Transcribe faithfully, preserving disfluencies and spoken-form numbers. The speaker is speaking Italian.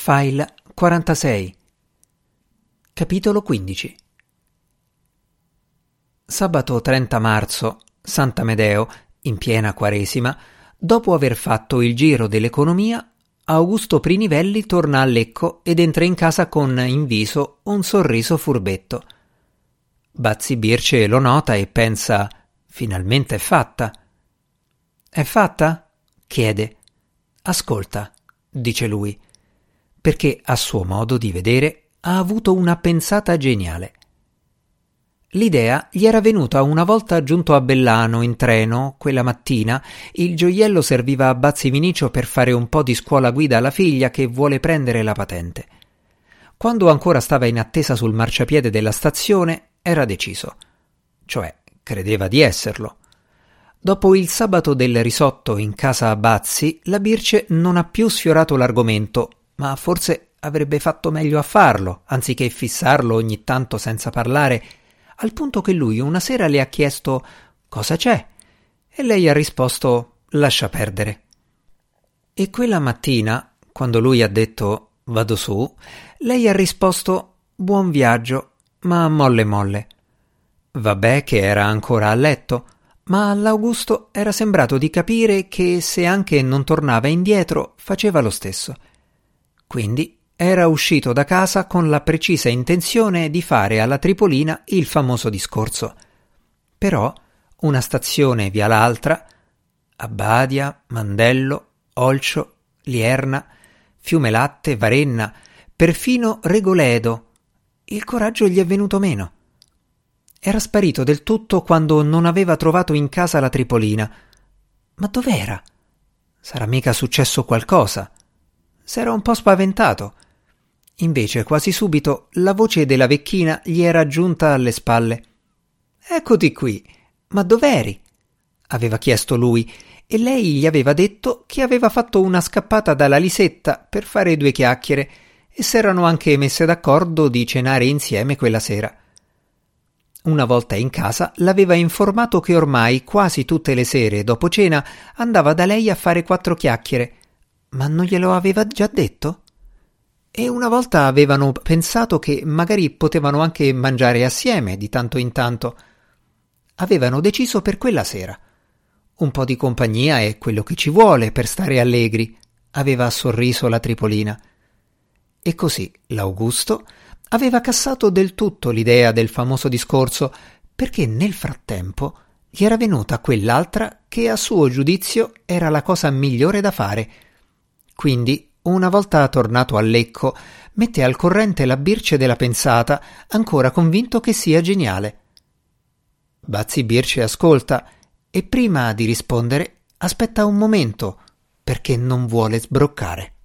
File quarantasei. Capitolo quindici. Sabato trenta marzo, Sant'Amedeo, in piena Quaresima, dopo aver fatto il giro dell'economia, Augusto Prinivelli torna a Lecco ed entra in casa con in viso un sorriso furbetto. Bazzi Birce lo nota e pensa: finalmente è fatta. È fatta? Chiede. Ascolta, dice lui, perché a suo modo di vedere ha avuto una pensata geniale. L'idea gli era venuta una volta giunto a Bellano in treno, quella mattina. Il gioiello serviva a Bazzi Vinicio per fare un po' di scuola guida alla figlia che vuole prendere la patente. Quando ancora stava in attesa sul marciapiede della stazione, era deciso. Cioè, credeva di esserlo. Dopo il sabato del risotto in casa a Bazzi, la Birce non ha più sfiorato l'argomento, ma forse avrebbe fatto meglio a farlo, anziché fissarlo ogni tanto senza parlare, al punto che lui una sera le ha chiesto «Cosa c'è?» e lei ha risposto «Lascia perdere». E quella mattina, quando lui ha detto «Vado su», lei ha risposto «Buon viaggio», ma molle molle. Vabbè che era ancora a letto, ma all'Augusto era sembrato di capire che se anche non tornava indietro faceva lo stesso. Quindi era uscito da casa con la precisa intenzione di fare alla Tripolina il famoso discorso. Però una stazione via l'altra, Abbadia, Mandello, Olcio, Lierna, Fiumelatte, Varenna, perfino Regoledo, il coraggio gli è venuto meno. Era sparito del tutto quando non aveva trovato in casa la Tripolina. Ma dov'era? Sarà mica successo qualcosa? S'era un po' spaventato. Invece quasi subito la voce della vecchina gli era giunta alle spalle. «Eccoti qui! Ma dov'eri?» aveva chiesto lui, e lei gli aveva detto che aveva fatto una scappata dalla Lisetta per fare due chiacchiere e s'erano anche messe d'accordo di cenare insieme quella sera. Una volta in casa l'aveva informato che ormai quasi tutte le sere dopo cena andava da lei a fare quattro chiacchiere, ma non glielo aveva già detto? E una volta avevano pensato che magari potevano anche mangiare assieme di tanto in tanto. Avevano deciso per quella sera. Un po' di compagnia è quello che ci vuole per stare allegri, aveva sorriso la Tripolina. E così l'Augusto aveva cassato del tutto l'idea del famoso discorso, perché nel frattempo gli era venuta quell'altra che a suo giudizio era la cosa migliore da fare. Quindi, una volta tornato a Lecco, mette al corrente la Birce della pensata, ancora convinto che sia geniale. Bazzi Birce ascolta e prima di rispondere aspetta un momento, perché non vuole sbroccare.